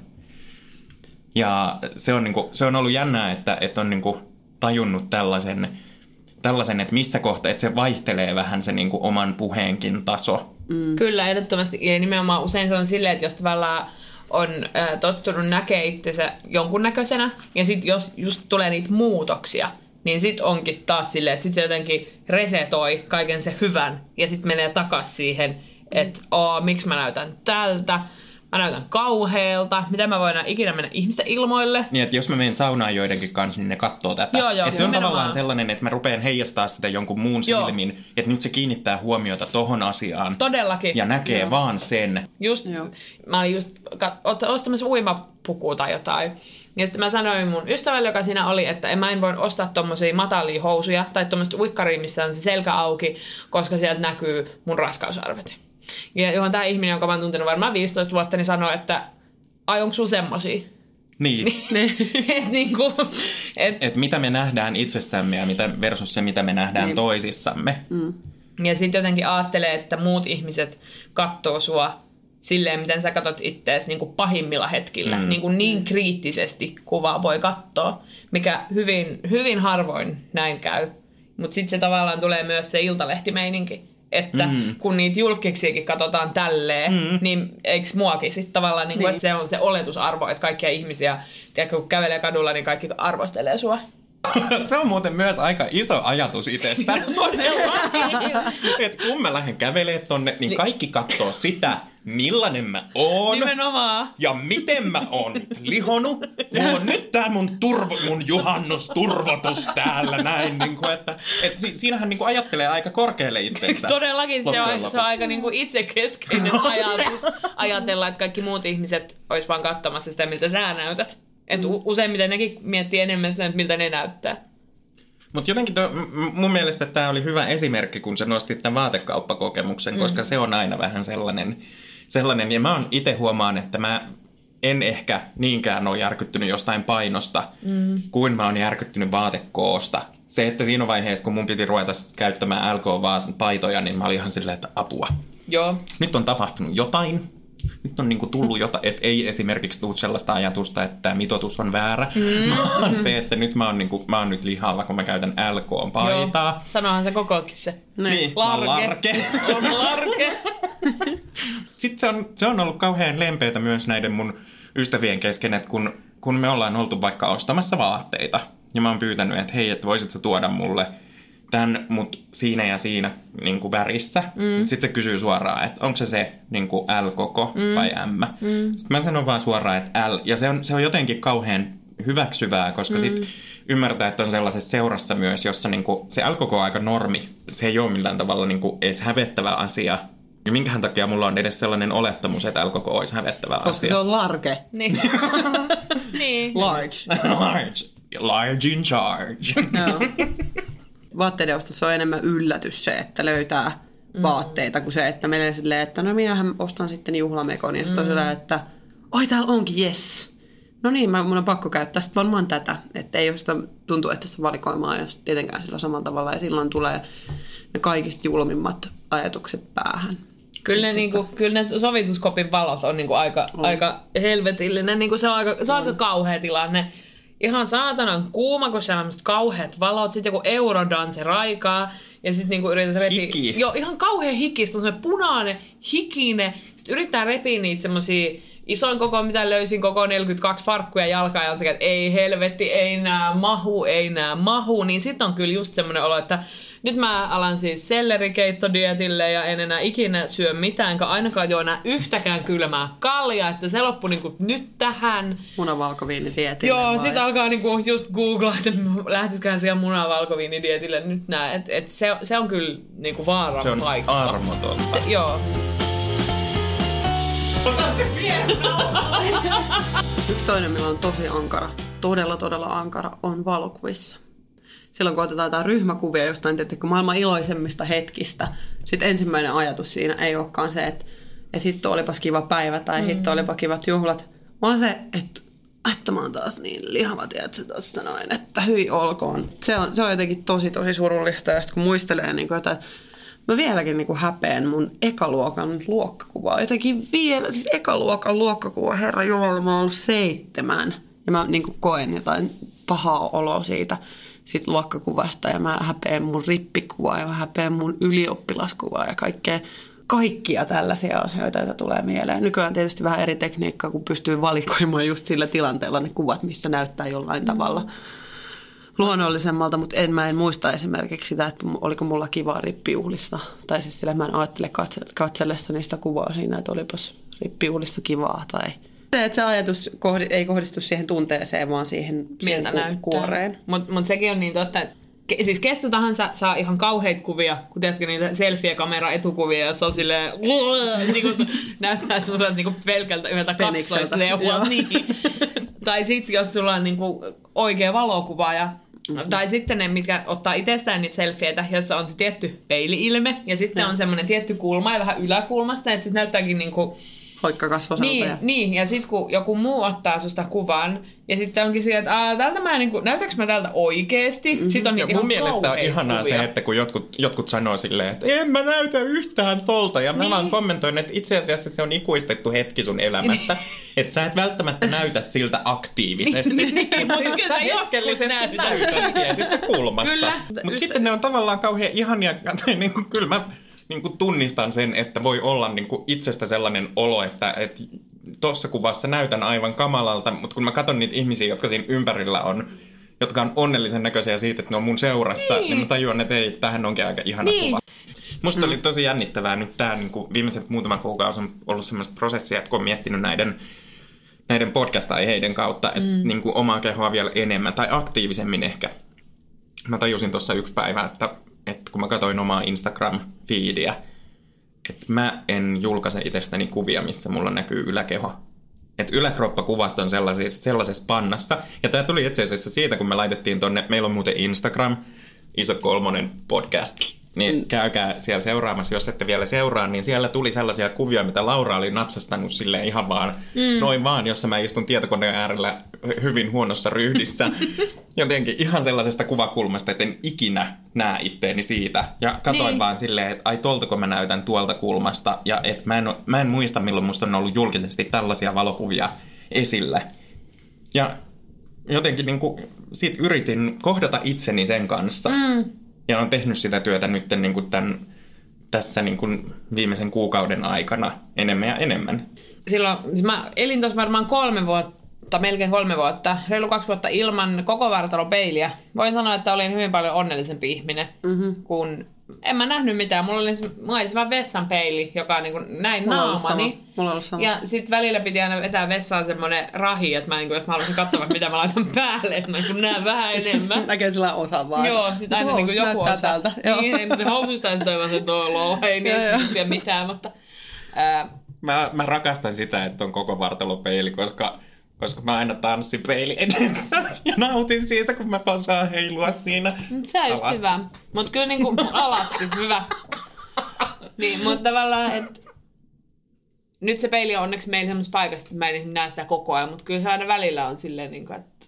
Ja se on ollut jännää, että on niin kuin tajunnut tällaisen, että missä kohtaa, että se vaihtelee vähän se niin kuin oman puheenkin taso. Kyllä, ehdottomasti. Ja nimenomaan usein se on silleen, että jos tavallaan on tottunut näkee itsensä jonkunnäköisenä, ja sitten jos just tulee niitä muutoksia, niin sitten onkin taas silleen, että sitten se jotenkin resetoi kaiken se hyvän, ja sitten menee takaisin siihen, että miksi mä näytän tältä. mä näytän kauheelta, mitä mä voin ikinä mennä ihmisten ilmoille. Niin, että jos mä menen saunaan joidenkin kanssa, niin ne katsoo tätä. Joo, että se on nimenomaan. tavallaan sellainen, että mä rupean heijastaa sitä jonkun muun silmin, että nyt se kiinnittää huomiota tohon asiaan. Todellakin. Ja näkee vaan sen. Just, mä olin just ostamassa uimapukua tai jotain. Ja sitten mä sanoin mun ystävälle, joka siinä oli, että mä en voi ostaa tommosia matalia housuja tai tommoista uikkaria, missä on se selkä auki, koska sieltä näkyy mun raskausarvet. Ja johon tää ihminen, jonka mä oon tuntenut varmaan 15 vuotta, niin sanoi, että ai onko sun semmosia? Niin. Et mitä me nähdään itsessämme ja versus se, mitä me nähdään toisissamme. Ja sitten jotenkin ajattelee, että muut ihmiset katsoo sua silleen, miten sä katot ittees niin kuin pahimmilla hetkillä. Niin kriittisesti kuvaa voi katsoa, mikä hyvin, hyvin harvoin näin käy. Mutta sitten se tavallaan tulee myös se iltalehtimeininki. Että kun niitä julkiksiakin katsotaan tälleen, niin eikö muakin sitten tavallaan, niin kuin, että se on se oletusarvo, että kaikkia ihmisiä, tiedätkö, kun kävelee kadulla, niin kaikki arvostelee sua. Se on muuten myös aika iso ajatus itsestä. Todellakin. Että kun mä lähden kävelemään tonne, niin kaikki katsoo sitä, millainen mä oon. Nimenomaan. Ja miten mä oon nyt lihonut. Mulla on nyt tää mun juhannusturvotus täällä näin. Niin kuin, että siinähän niin kuin ajattelee aika korkealle itseensä. Todellakin se on aika niin kuin itsekeskeinen ajatus ajatella, että kaikki muut ihmiset olisi vaan katsomassa sitä, miltä sä näytät. Että useimmiten nekin miettii enemmän sitä, miltä ne näyttää. Mutta jotenkin mun mielestä tämä oli hyvä esimerkki, kun sä nostit tämän vaatekauppakokemuksen, koska se on aina vähän sellainen. Ja mä oon itse huomaan, että mä en ehkä niinkään ole järkyttynyt jostain painosta, kuin mä oon järkyttynyt vaatekoosta. Se, että siinä vaiheessa, kun mun piti ruveta käyttämään LK-paitoja, niin mä olin ihan silleen, että apua. Joo. Nyt on tapahtunut jotain. Nyt on niinku tullut jotain, että ei esimerkiksi tullut sellaista ajatusta, että tämä mitoitus on väärä, vaan se, että nyt mä oon nyt lihava, kun mä käytän LK-paitaa. Joo. Sanohan se kokoakin se. Niin, larke. On larke. Sitten se on ollut kauhean lempeätä myös näiden mun ystävien kesken, että kun me ollaan oltu vaikka ostamassa vaatteita, ja mä oon pyytänyt, että hei, että voisit sä tuoda mulle tämän, mut siinä ja siinä niin kuin värissä. Sitten se kysyy suoraan, että onko se niin kuin L-koko vai M. Sitten mä sanon vaan suoraan, että L. Ja se on jotenkin kauhean hyväksyvää, koska sit ymmärtää, että on sellaisessa seurassa myös, jossa niin kuin se L-koko on aika normi. Se ei ole millään tavalla niin kuin edes hävettävä asia. Ja minkähän takia mulla on edes sellainen olettamus, että L-koko olisi hävettävä asia. Koska se on large. Niin. Niin. Large. Large in charge. Joo. Vaatteiden ostossa on enemmän yllätys se, että löytää vaatteita, kuin se, että menee silleen, että no minähän ostan sitten juhlamekon. Ja sitten on silleen, että oi täällä onkin, jes. No niin, mun on pakko käyttää sitten varmaan tätä. Että ei ole sitä, tuntuu, että sitä valikoimaa ei ole tietenkään sillä samalla tavalla. Ja silloin tulee ne kaikista julmimmat ajatukset päähän. Kyllä ne sovituskopin valot on niinku aika helvetillinen. Niinku se on aika kauhea tilanne. Ihan saatanan kuuma, kun siellä on kauheat valot. Sitten joku Eurodance raikaa. Ja sitten niinku yrität repiä. Hiki. Joo, ihan kauhean hiki. Sitten on semmoinen punainen, hikinen. Sitten yrittää repiä niitä semmosia isoin koko, mitä löysin, koko 42 farkkuja jalkaa. Ja on sekä, että ei helvetti, ei nää mahu. Niin sitten on kyllä just semmoinen olo, että nyt mä alan siis sellerikeittodietille ja en enää ikinä syö mitään, enkä ainakaan juo enää yhtäkään kylmää kaljaa, että se loppui niinku nyt tähän. Munavalkoviinidietille. Joo, sit alkaa niinku just googlaa, että lähtisiköhän siihen munavalkoviinidietille nyt nää. Se on kyllä niinku vaaran paikka. Se on armotonta. Joo. Yksi toinen, millä on tosi ankara, todella ankara, on valokuvissa. Silloin kun otetaan jotain ryhmäkuvia jostain maailman iloisemmista hetkistä, sitten ensimmäinen ajatus siinä ei olekaan se, että hitto olipas kiva päivä tai hitto olipa kivat juhlat, vaan se, että mä oon taas niin lihava, tiedätkö, tosta noin, että hyi olkoon. Se on jotenkin tosi surullista, ja sitten kun muistelee niin jotain, mä vieläkin niin häpeän mun ekaluokan luokkakuvaa. Jotenkin vielä, siis ekaluokan luokkakuva, herra Jumala, mä oon ollut 7. Ja mä niin koen jotain pahaa oloa siitä luokkakuvasta. Ja mä häpeän mun rippikuvaa ja mä häpeän mun ylioppilaskuvaa ja kaikkia tällaisia asioita, joita tulee mieleen. Nykyään tietysti vähän eri tekniikkaa, kun pystyy valikoimaan just sillä tilanteella ne kuvat, missä näyttää jollain tavalla luonnollisemmalta, mutta mä en muista esimerkiksi sitä, että oliko mulla kivaa rippijuhlissa. Tai siis sillä mä en ajattele katsellessa niistä kuvaa siinä, että olipas rippijuhlissa kivaa tai... Se ajatus ei kohdistu siihen tunteeseen, vaan siihen kuoreen. Mutta sekin on niin totta, että siis kestä tahansa saa ihan kauheita kuvia, kun tiedätkö niitä selfie-kamera etukuvia, jossa on silleen, niin kuin näyttää semmoiselta niin pelkältä yhdeltä kaksoisleualta. Niin. Tai sitten jos sulla on niin kuin oikea valokuva tai sitten ne, mitkä ottaa itsestään niitä selfieitä, jossa on se tietty peili-ilme ja sitten on semmoinen tietty kulma ja vähän yläkulmasta, että sitten näyttääkin niinku hoikkakasvoselta. Niin, ja sitten kun joku muu ottaa susta kuvan, ja sitten onkin siihen, että tältä mä näytäks mä tältä oikeesti? Sitten on niitä mun mielestä on ihanaa kuvia. Se, että kun jotkut sanoo silleen, että en mä näytä yhtään tolta, ja mä vaan kommentoin, että itse asiassa se on ikuistettu hetki sun elämästä, että sä et välttämättä näytä siltä aktiivisesti, mutta sä hetkellisesti näytät tietystä kulmasta. Mutta sitten ne on tavallaan kauhean ihania, tai niinku, kyllä mä niin kuin tunnistan sen, että voi olla niin kuin itsestä sellainen olo, että tuossa kuvassa näytän aivan kamalalta, mutta kun mä katson niitä ihmisiä, jotka siinä ympärillä on, jotka on onnellisen näköisiä siitä, että ne on mun seurassa, niin mä tajuan, että ei, tämähän onkin aika ihana kuva. Musta oli tosi jännittävää nyt tämä niin kuin viimeiset muutama kuukausi on ollut semmoista prosessia, että kun on miettinyt näiden podcast-aiheiden kautta, että niin kuin omaa kehoa vielä enemmän tai aktiivisemmin ehkä. Mä tajusin tuossa yksi päivä, että kun mä katsoin omaa Instagram-feediä, että mä en julkaise itsestäni kuvia, missä mulla näkyy yläkeho. Että yläkroppakuvat on sellaisessa pannassa. Ja tää tuli itse asiassa siitä, kun me laitettiin tonne, meillä on muuten Instagram, Iso Kolmonen podcast. Niin käykää siellä seuraamassa, jos ette vielä seuraa, niin siellä tuli sellaisia kuvia, mitä Laura oli napsastanut silleen ihan vaan, noin vaan, jossa mä istun tietokoneen äärellä hyvin huonossa ryhdissä. Jotenkin ihan sellaisesta kuvakulmasta, että en ikinä näe itteeni siitä. Ja katoin vaan silleen, että ai toltako mä näytän tuolta kulmasta. Ja että mä en muista, milloin musta on ollut julkisesti tällaisia valokuvia esillä. Ja jotenkin niin kuin, siitä yritin kohdata itseni sen kanssa. Ja olen tehnyt sitä työtä nyt niin kuin tässä niin kuin viimeisen kuukauden aikana enemmän ja enemmän. Silloin, siis mä elin tuossa varmaan 3 vuotta, melkein 3 vuotta, reilu 2 vuotta ilman koko vartalopeiliä. Voin sanoa, että olin hyvin paljon onnellisempi ihminen, kun en mä nähnyt mitään. Mulla oli vaan vessanpeili, joka on niin kuin näin naamani. Ja sit välillä piti aina vetää vessaan semmonen rahi, että mä haluaisin katsoa, mitä mä laitan päälle, että mä niin näen vähän enemmän. Näkee sillä osa vaan. Joo, sit aina niin joku osa. Täältä. Niin, ei, mutta housuista ei toivon, että ei niistä tiedä mitään, mutta... Mä rakastan sitä, että on koko vartalopeili, koska mä aina tanssin peili edessä ja nautin siitä, kun mä osaan heilua siinä. Se on just hyvä. Mut kyllä niinku alasti hyvä. Niin, mutta tavallaan, että nyt se peili on onneksi meillä semmoisessa paikassa, että mä en näe sitä koko ajan, mutta kyllä se aina välillä on silleen niinku, että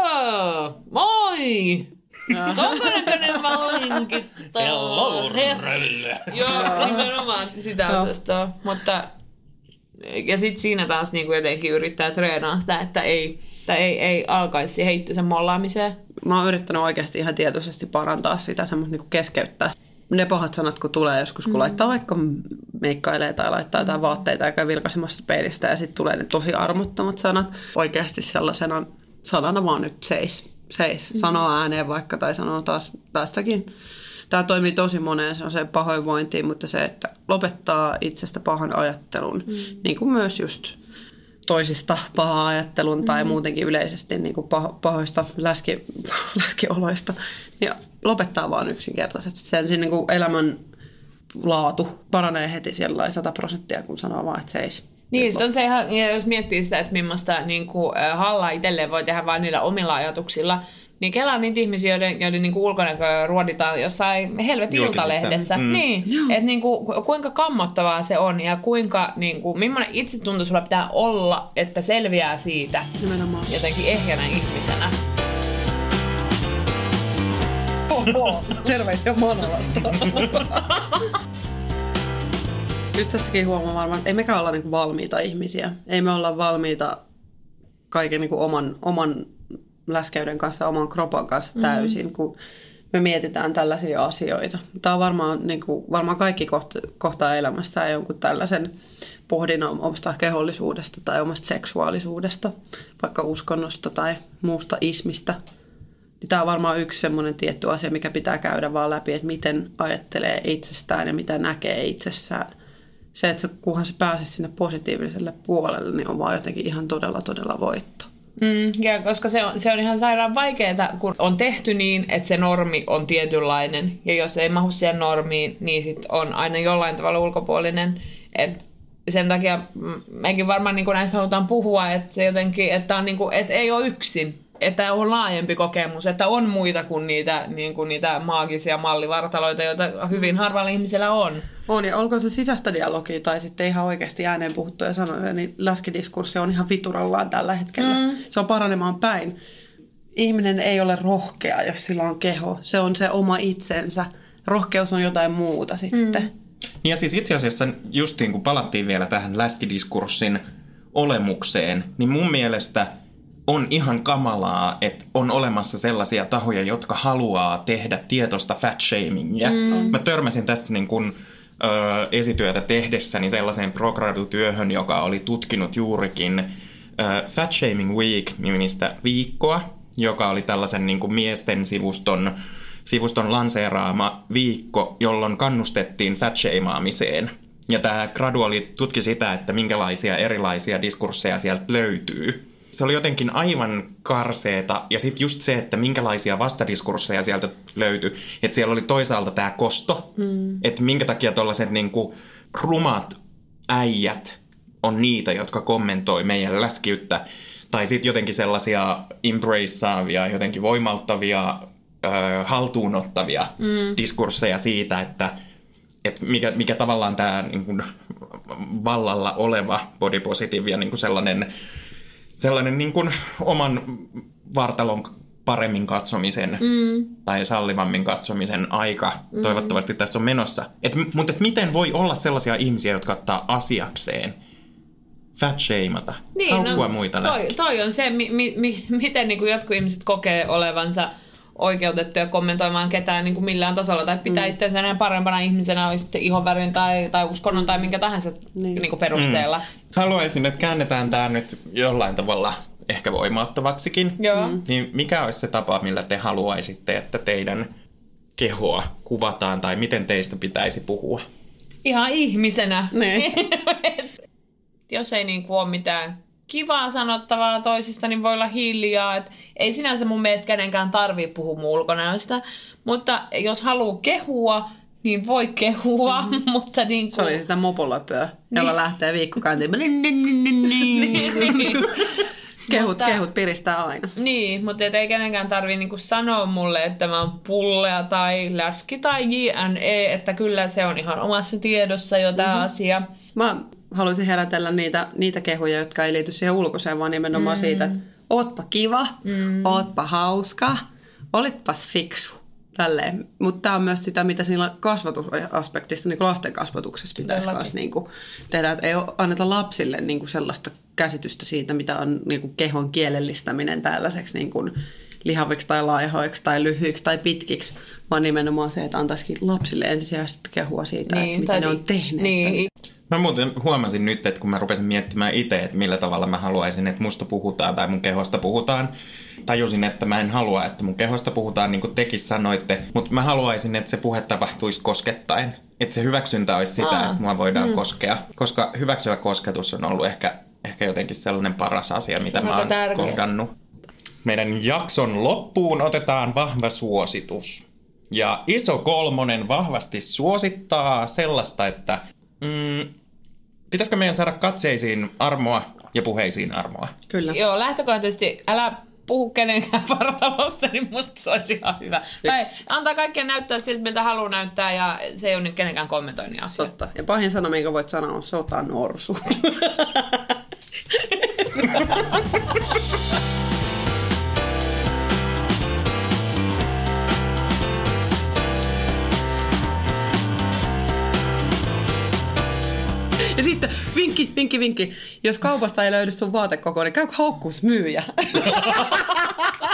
moi! Kokonäköinen valinki. Hello, Joo, nimenomaan sitä osasta. Mutta ja sitten siinä taas niinku jotenkin yrittää treenaa sitä, että ei alkaisi siihen itsensä mollaamiseen. Mä oon yrittänyt oikeasti ihan tietoisesti parantaa sitä, semmoista niinku keskeyttää. Ne pahat sanat, kun tulee joskus, kun laittaa vaikka meikkailee tai laittaa jotain vaatteita ja käy vilkaisemassa peilistä ja sitten tulee ne tosi armottomat sanat. Oikeasti sellaisena sanana vaan nyt seis. Sanoo ääneen vaikka tai sanoo taas tästäkin. Tämä toimii tosi moneen se pahoinvointiin, mutta se, että lopettaa itsestä pahan ajattelun, niin kuin myös just toisista pahaa ajattelun tai muutenkin yleisesti niin kuin pahoista läskioloista, niin lopettaa vaan yksinkertaisesti. Sen niin kuin elämän laatu paranee heti siellä 100%, kun sanoo vaan, että seis. Niin, on se ihan, jos miettii sitä, että millaista niin kuin, hallaa itselleen voi tehdä vain niillä omilla ajatuksilla, niin kelaa niitä ihmisiä, joiden niin kuin ulkonäköä ruoditaan jossain helvetin iltalehdessä. Niin, että niin kuin, kuinka kammottavaa se on ja kuinka, niin kuin, millainen itsetunto sulla pitää olla, että selviää siitä jotenkin ehjänä ihmisenä. Terveisiä Manalasta. Just tässäkin huomaa varmaan, että ei mekään olla niinku valmiita ihmisiä. Ei me olla valmiita kaiken niinku oman läskeyden kanssa, oman kropan kanssa täysin, kun me mietitään tällaisia asioita. Tämä on varmaan kaikki kohtaa elämässään jonkun tällaisen pohdinnan omasta kehollisuudesta tai omasta seksuaalisuudesta, vaikka uskonnosta tai muusta ismistä. Tämä on varmaan yksi semmoinen tietty asia, mikä pitää käydä vaan läpi, että miten ajattelee itsestään ja mitä näkee itsessään. se, että kunhan se pääsisi sinne positiiviselle puolelle, niin on vaan jotenkin ihan todella voitto. Ja koska se on ihan sairaan vaikeaa, kun on tehty niin, että se normi on tietynlainen. Ja jos ei mahu siihen normiin, niin sit on aina jollain tavalla ulkopuolinen. Et sen takia mekin varmaan niin näistä halutaan puhua, että se jotenkin, että, on niin kuin, että ei ole yksin. Että on laajempi kokemus, että on muita kuin niitä maagisia mallivartaloita, joita hyvin harvalla ihmisellä on. On, ja olkoon se sisäistä dialogia tai sitten ihan oikeasti ääneen puhuttuja sanoja, niin läskidiskurssi on ihan viturallaan tällä hetkellä. Se on paranemaan päin. Ihminen ei ole rohkea, jos sillä on keho. Se on se oma itsensä. Rohkeus on jotain muuta sitten. Ja siis itse asiassa justiin kun palattiin vielä tähän läskidiskurssin olemukseen, niin mun mielestä on ihan kamalaa, että on olemassa sellaisia tahoja, jotka haluaa tehdä tietoista fatshamingia. Mä törmäsin tässä niin kun, esityötä tehdessäni sellaiseen progradu-työhön, joka oli tutkinut juurikin Fat Shaming Week-nimistä viikkoa, joka oli tällaisen niin kun miesten sivuston lanseeraama viikko, jolloin kannustettiin fatshameaamiseen. Ja tämä gradu tutki sitä, että minkälaisia erilaisia diskursseja sieltä löytyy. Se oli jotenkin aivan karseeta, ja sitten just se, että minkälaisia vastadiskursseja sieltä löytyi. Että siellä oli toisaalta tämä kosto, että minkä takia tuollaiset niinku rumat äijät on niitä, jotka kommentoi meidän läskiyttä. Tai sitten jotenkin sellaisia embraceaavia, jotenkin voimauttavia, haltuunottavia diskursseja siitä, että mikä tavallaan tämä niinku vallalla oleva body positive ja niinku sellainen niin kuin oman vartalon paremmin katsomisen tai sallivammin katsomisen aika toivottavasti tässä on menossa. Mutta miten voi olla sellaisia ihmisiä, jotka ottaa asiakseen fatshameata, haukkua muita läskiä? Toi on se, miten niin kuin jotkut ihmiset kokee olevansa oikeutettuja kommentoimaan ketään niin kuin millään tasolla tai pitää itseänsä näin parempana ihmisenä, oli sitten ihonvärin tai uskonnon tai minkä tahansa niin kuin perusteella. Haluaisin, että käännetään tämä nyt jollain tavalla ehkä voimauttavaksikin. Niin mikä olisi se tapa, millä te haluaisitte, että teidän kehoa kuvataan tai miten teistä pitäisi puhua? Ihan ihmisenä. Jos ei niin kuin ole mitään kivaa sanottavaa toisista, niin voi olla hiljaa. Et ei sinänsä mun mielestä kenenkään tarvitse puhua mun ulkonäöstä, mutta jos haluaa kehua, niin voi kehua, mutta niin kuin... Se oli sitä mopolöpöä, jolla lähtee viikkokäyntiin. Kehut piristää aina. Niin, mutta ei kenenkään tarvitse niinku sanoa mulle, että mä oon pullea tai läski tai JNE, että kyllä se on ihan omassa tiedossa jo tää asia. Mä haluaisin herätellä niitä kehuja, jotka ei liity siihen ulkoiseen, vaan nimenomaan siitä, että ootpa kiva, ootpa hauska, olitpas fiksu. Tälleen. Mutta tämä on myös sitä, mitä siinä kasvatusaspektissa, niin lasten kasvatuksessa pitäisi myös niin tehdä. Että ei anneta lapsille niin sellaista käsitystä siitä, mitä on niin kehon kielellistäminen tällaiseksi niin lihaviksi tai laihoiksi tai lyhyiksi tai pitkiksi, vaan nimenomaan se, että antaisikin lapsille ensisijaisesti kehua siitä, niin, että mitä ne on tehneet. Niin. Mä muuten huomasin nyt, että kun mä rupesin miettimään itse, että millä tavalla mä haluaisin, että musta puhutaan tai mun kehosta puhutaan. Tajusin, että mä en halua, että mun kehosta puhutaan niin kuin tekin sanoitte, mutta mä haluaisin, että se puhe tapahtuisi koskettaen. Että se hyväksyntä olisi sitä, että mua voidaan koskea. Koska hyväksyvä kosketus on ollut ehkä jotenkin sellainen paras asia, mitä mä oon kohdannut. Meidän jakson loppuun otetaan vahva suositus. Ja Iso Kolmonen vahvasti suosittaa sellaista, että pitäisikö meidän saada katseisiin armoa ja puheisiin armoa? Kyllä. Joo, lähtökohtaisesti älä puhu kenenkään vartalosta, niin musta se olisi ihan hyvä. Tai antaa kaikkien näyttää siltä, miltä haluaa näyttää, ja se ei ole nyt kenenkään kommentoinnin asia. Totta. Ja pahin sana, minkä voit sanoa, on sotanorsu. Ja sitten vinkki. Jos kaupasta ei löydy sun vaatekoko, niin käy haukkuus myyjä.